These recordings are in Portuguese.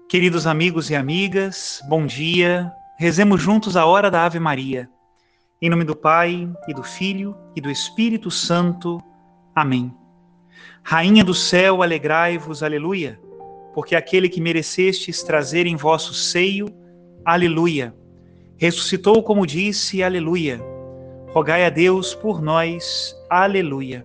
Queridos amigos e amigas, bom dia. Rezemos juntos a hora da Ave Maria. Em nome do Pai, e do Filho, e do Espírito Santo. Amém. Rainha do céu, alegrai-vos, aleluia, porque aquele que merecestes trazer em vosso seio, aleluia, ressuscitou como disse, aleluia. Rogai a Deus por nós, aleluia.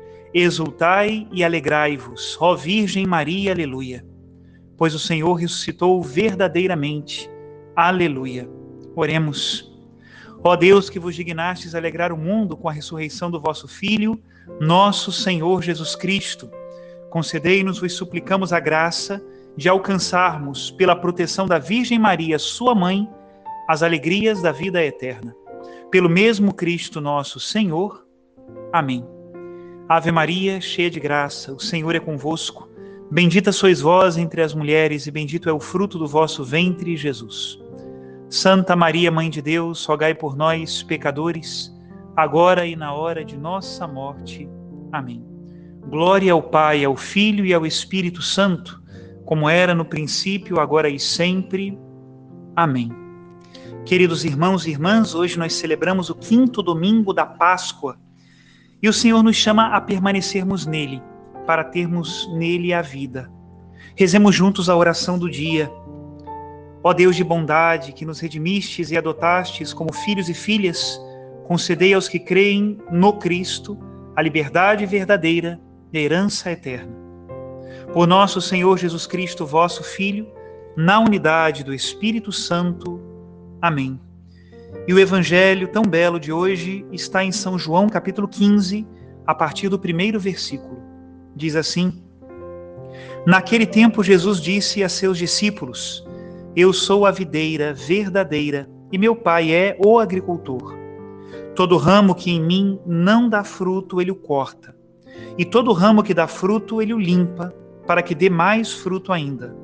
Exultai e alegrai-vos, ó Virgem Maria, aleluia, pois o Senhor ressuscitou verdadeiramente, aleluia. Oremos. Ó Deus, que vos dignastes alegrar o mundo com a ressurreição do vosso Filho, nosso Senhor Jesus Cristo, concedei-nos, vos suplicamos, a graça de alcançarmos, pela proteção da Virgem Maria, sua mãe, as alegrias da vida eterna. Pelo mesmo Cristo nosso Senhor. Amém. Ave Maria, cheia de graça, o Senhor é convosco. Bendita sois vós entre as mulheres, e bendito é o fruto do vosso ventre, Jesus. Santa Maria, Mãe de Deus, rogai por nós, pecadores, agora e na hora de nossa morte. Amém. Glória ao Pai, ao Filho e ao Espírito Santo, como era no princípio, agora e sempre. Amém. Queridos irmãos e irmãs, hoje nós celebramos o 5º domingo da Páscoa, e o Senhor nos chama a permanecermos nele, para termos nele a vida. Rezemos juntos a oração do dia. Ó Deus de bondade, que nos redimistes e adotastes como filhos e filhas, concedei aos que creem no Cristo a liberdade verdadeira e a herança eterna. Por nosso Senhor Jesus Cristo, vosso Filho, na unidade do Espírito Santo. Amém. E o Evangelho tão belo de hoje está em São João, capítulo 15, a partir do 1º versículo. Diz assim: Naquele tempo Jesus disse a seus discípulos: Eu sou a videira verdadeira e meu Pai é o agricultor. Todo ramo que em mim não dá fruto, ele o corta, e todo ramo que dá fruto, ele o limpa, para que dê mais fruto ainda.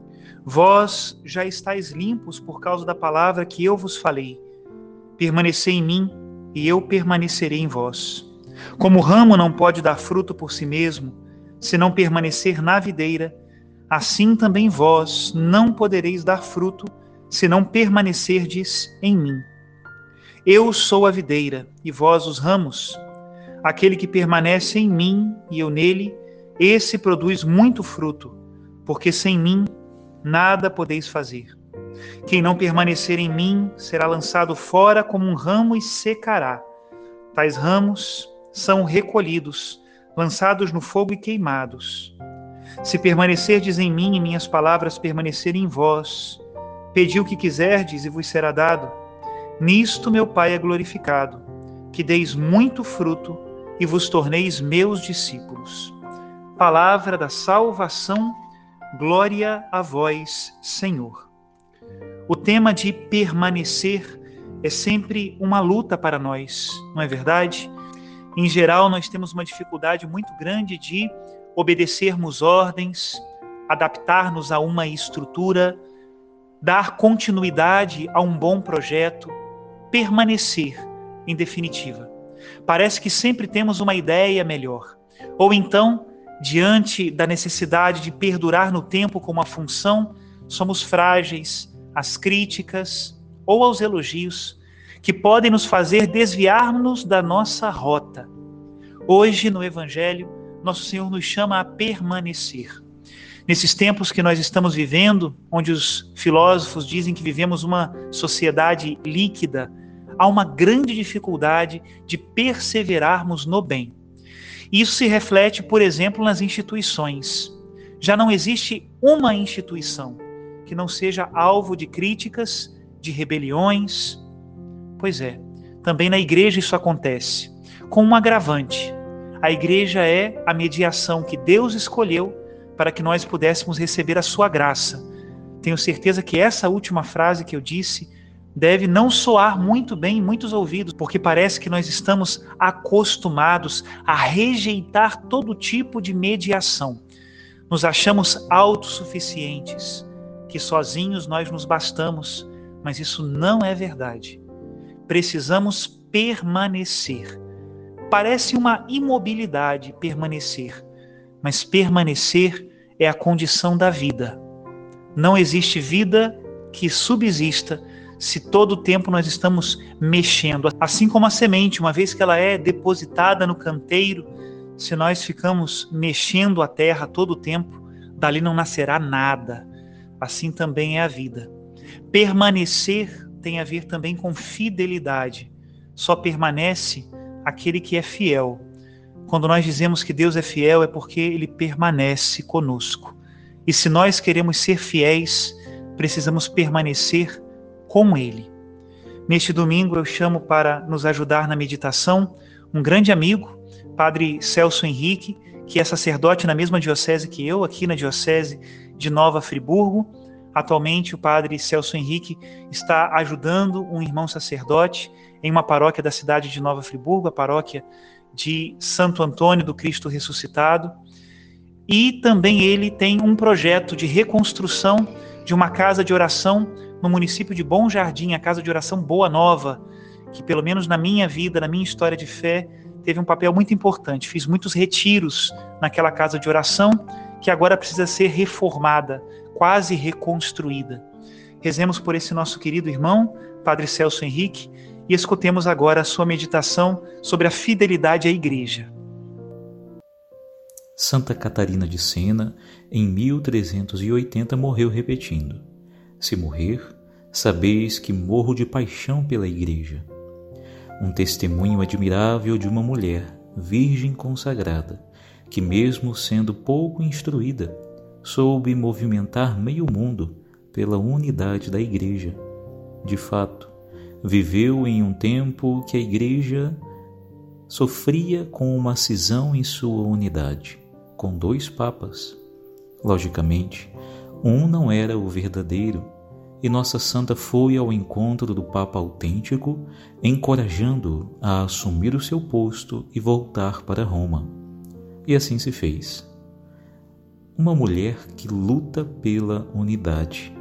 Vós já estáis limpos por causa da palavra que eu vos falei. Permanecei em mim, e eu permanecerei em vós. Como o ramo não pode dar fruto por si mesmo, se não permanecer na videira, assim também vós não podereis dar fruto, se não permanecerdes em mim. Eu sou a videira, e vós os ramos. Aquele que permanece em mim, e eu nele, esse produz muito fruto, porque sem mim nada podeis fazer. Quem não permanecer em mim será lançado fora como um ramo e secará. Tais ramos são recolhidos, lançados no fogo e queimados. Se permanecerdes em mim e minhas palavras permanecerem em vós, pedi o que quiserdes e vos será dado. Nisto meu Pai é glorificado, que deis muito fruto e vos torneis meus discípulos. Palavra da salvação, glória a vós, Senhor. O tema de permanecer é sempre uma luta para nós, não é verdade? Em geral, nós temos uma dificuldade muito grande de obedecermos ordens, adaptar-nos a uma estrutura, dar continuidade a um bom projeto, permanecer, em definitiva. Parece que sempre temos uma ideia melhor. Ou então, diante da necessidade de perdurar no tempo com uma função, somos frágeis às críticas ou aos elogios que podem nos fazer desviar-nos da nossa rota. Hoje, no Evangelho, nosso Senhor nos chama a permanecer. Nesses tempos que nós estamos vivendo, onde os filósofos dizem que vivemos uma sociedade líquida, há uma grande dificuldade de perseverarmos no bem. Isso se reflete, por exemplo, nas instituições. Já não existe uma instituição que não seja alvo de críticas, de rebeliões. Pois é, também na igreja isso acontece, com um agravante. A igreja é a mediação que Deus escolheu para que nós pudéssemos receber a sua graça. Tenho certeza que essa última frase que eu disse deve não soar muito bem em muitos ouvidos, porque parece que nós estamos acostumados a rejeitar todo tipo de mediação. Nos achamos autossuficientes, que sozinhos nós nos bastamos, mas isso não é verdade. Precisamos permanecer. Parece uma imobilidade permanecer, mas permanecer é a condição da vida. Não existe vida que subsista se todo o tempo nós estamos mexendo. Assim como a semente, uma vez que ela é depositada no canteiro, se nós ficamos mexendo a terra todo o tempo, dali não nascerá nada. Assim também é a vida. Permanecer tem a ver também com fidelidade. Só permanece aquele que é fiel. Quando nós dizemos que Deus é fiel, é porque Ele permanece conosco. E se nós queremos ser fiéis, precisamos permanecer com Ele. Neste domingo eu chamo para nos ajudar na meditação um grande amigo, Padre Celso Henrique, que é sacerdote na mesma diocese que eu, aqui na diocese de Nova Friburgo. Atualmente o Padre Celso Henrique está ajudando um irmão sacerdote em uma paróquia da cidade de Nova Friburgo, a paróquia de Santo Antônio do Cristo Ressuscitado. E também ele tem um projeto de reconstrução de uma casa de oração no município de Bom Jardim, a Casa de Oração Boa Nova, que pelo menos na minha vida, na minha história de fé, teve um papel muito importante. Fiz muitos retiros naquela casa de oração, que agora precisa ser reformada, quase reconstruída. Rezemos por esse nosso querido irmão, Padre Celso Henrique, e escutemos agora a sua meditação sobre a fidelidade à Igreja. Santa Catarina de Sena, em 1380, morreu repetindo: se morrer, sabeis que morro de paixão pela Igreja. Um testemunho admirável de uma mulher, virgem consagrada, que mesmo sendo pouco instruída, soube movimentar meio mundo pela unidade da Igreja. De fato, viveu em um tempo que a Igreja sofria com uma cisão em sua unidade, com 2 papas. Logicamente, um não era o verdadeiro, e Nossa Santa foi ao encontro do Papa autêntico, encorajando-o a assumir o seu posto e voltar para Roma. E assim se fez. Uma mulher que luta pela unidade.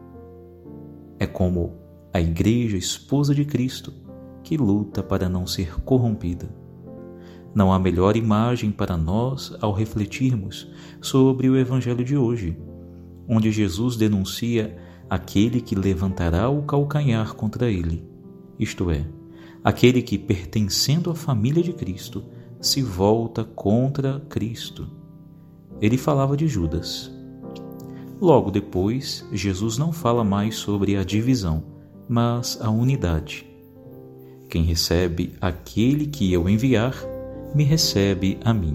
É como a Igreja, esposa de Cristo, que luta para não ser corrompida. Não há melhor imagem para nós ao refletirmos sobre o Evangelho de hoje, onde Jesus denuncia aquele que levantará o calcanhar contra ele, isto é, aquele que, pertencendo à família de Cristo, se volta contra Cristo. Ele falava de Judas. Logo depois, Jesus não fala mais sobre a divisão, mas a unidade. Quem recebe aquele que eu enviar, me recebe a mim.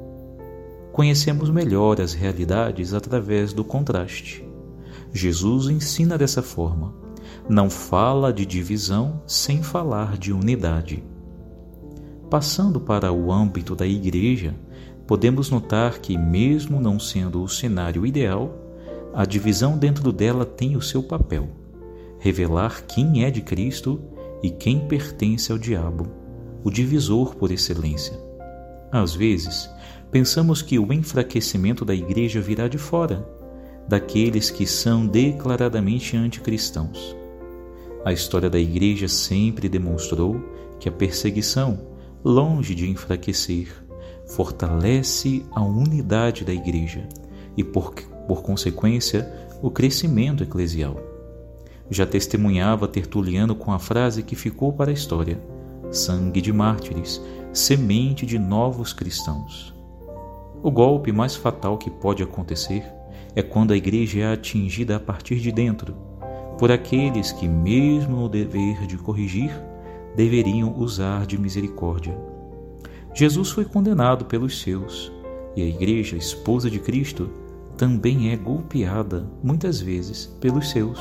Conhecemos melhor as realidades através do contraste. Jesus ensina dessa forma. Não fala de divisão sem falar de unidade. Passando para o âmbito da Igreja, podemos notar que, mesmo não sendo o cenário ideal, a divisão dentro dela tem o seu papel: revelar quem é de Cristo e quem pertence ao diabo, o divisor por excelência. Às vezes, pensamos que o enfraquecimento da Igreja virá de fora, daqueles que são declaradamente anticristãos. A história da Igreja sempre demonstrou que a perseguição, longe de enfraquecer, fortalece a unidade da Igreja e, por consequência, o crescimento eclesial. Já testemunhava Tertuliano com a frase que ficou para a história: sangue de mártires, semente de novos cristãos. O golpe mais fatal que pode acontecer é quando a Igreja é atingida a partir de dentro, por aqueles que, mesmo no dever de corrigir, deveriam usar de misericórdia. Jesus foi condenado pelos seus, e a Igreja, esposa de Cristo, também é golpeada, muitas vezes, pelos seus.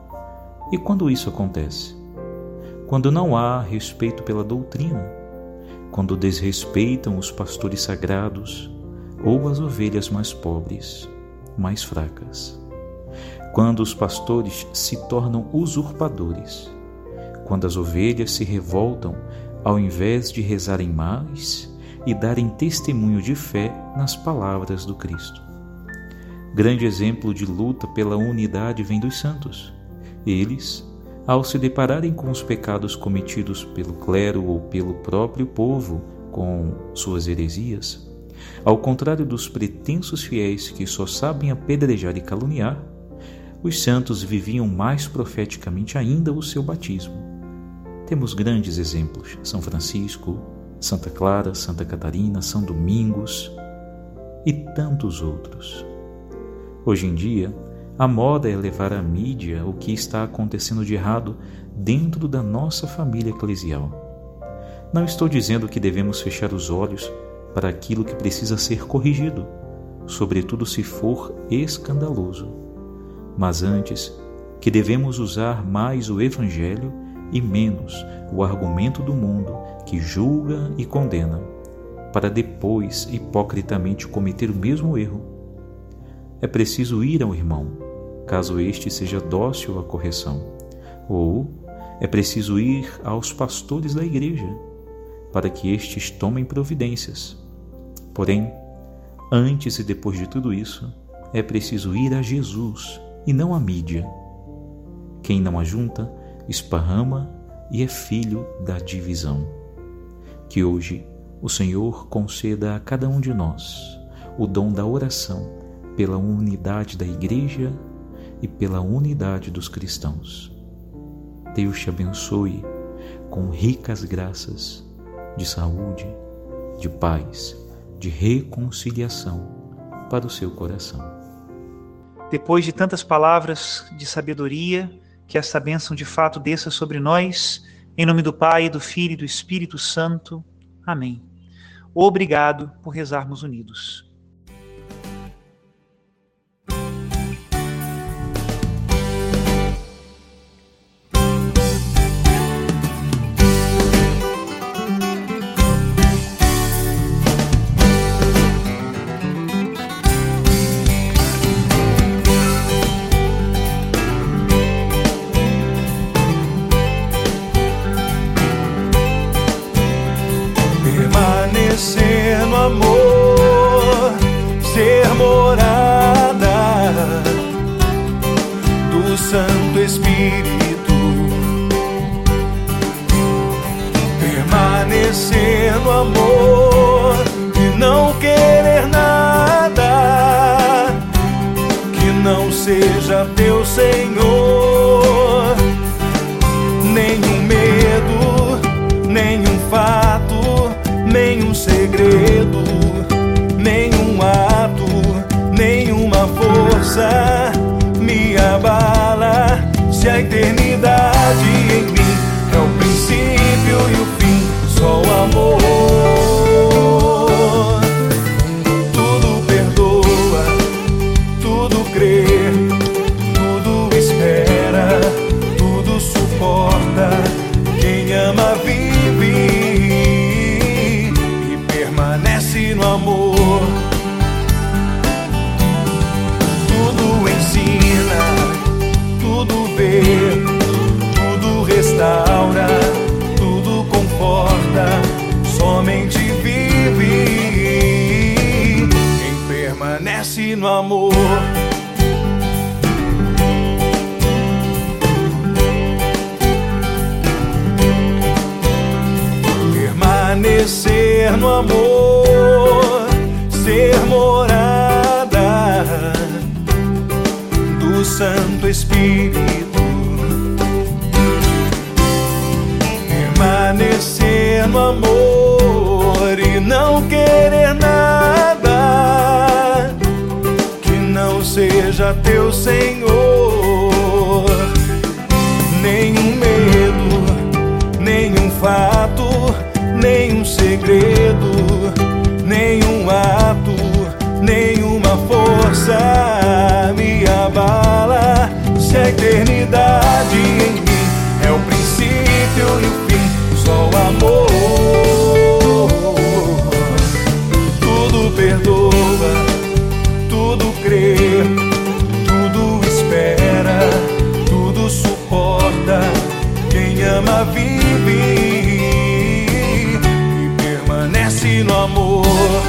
E quando isso acontece? Quando não há respeito pela doutrina, quando desrespeitam os pastores sagrados ou as ovelhas mais pobres, mais fracas. Quando os pastores se tornam usurpadores, quando as ovelhas se revoltam ao invés de rezarem mais e darem testemunho de fé nas palavras do Cristo. Grande exemplo de luta pela unidade vem dos santos. Eles, ao se depararem com os pecados cometidos pelo clero ou pelo próprio povo com suas heresias, ao contrário dos pretensos fiéis que só sabem apedrejar e caluniar, os santos viviam mais profeticamente ainda o seu batismo. Temos grandes exemplos: São Francisco, Santa Clara, Santa Catarina, São Domingos e tantos outros. Hoje em dia, a moda é levar à mídia o que está acontecendo de errado dentro da nossa família eclesial. Não estou dizendo que devemos fechar os olhos para aquilo que precisa ser corrigido, sobretudo se for escandaloso, mas antes que devemos usar mais o Evangelho e menos o argumento do mundo que julga e condena, para depois hipocritamente cometer o mesmo erro. É preciso ir ao irmão, caso este seja dócil à correção, ou é preciso ir aos pastores da igreja, para que estes tomem providências. Porém, antes e depois de tudo isso, é preciso ir a Jesus e não à mídia. Quem não ajunta, esparrama e é filho da divisão. Que hoje o Senhor conceda a cada um de nós o dom da oração pela unidade da Igreja e pela unidade dos cristãos. Deus te abençoe com ricas graças de saúde, de paz, de reconciliação para o seu coração. Depois de tantas palavras de sabedoria, que esta bênção de fato desça sobre nós, em nome do Pai, do Filho e do Espírito Santo. Amém. Obrigado por rezarmos unidos. Permanecer no amor, ser morada do Santo Espírito. Permanecer no amor e não querer nada que não seja teu Senhor. Nenhum medo, nenhum fato, nenhum segredo, nenhum ato, nenhuma força me abala. Se a eternidade em mim é o princípio e o fim, só o amor. Tudo perdoa, tudo crê, tudo espera, tudo suporta. Quem ama vive no amor. Tudo ensina, tudo vê, tudo restaura, tudo conforta, somente vive quem permanece no amor. Permanecer no amor, ser morada do Santo Espírito. Permanecer no amor e não querer nada que não seja teu Senhor. Nenhum medo, nenhum fato, nenhum segredo, nenhum ato, nenhuma força me abala. Se a eternidade em mim é o princípio e o fim, só o amor. Tudo perdoa, tudo crê, tudo espera, tudo suporta. Quem ama vive no amor.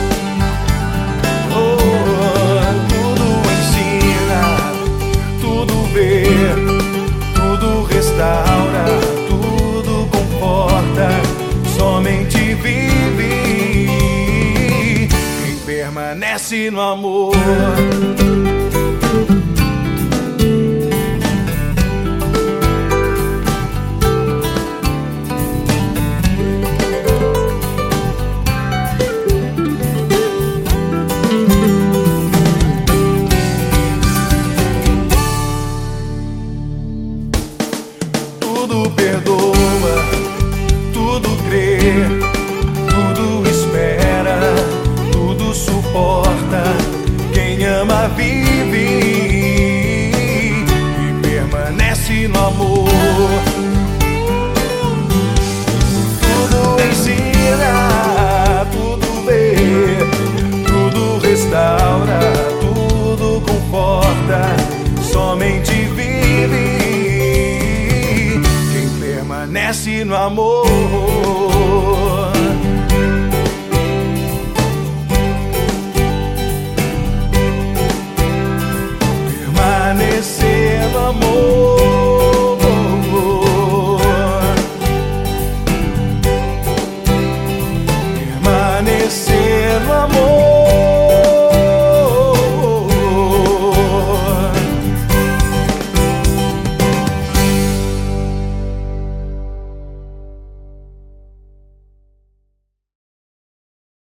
Tudo ensina, tudo vê, tudo restaura, tudo conforta, somente vive quem permanece no amor. somente vive quem permanece no amor.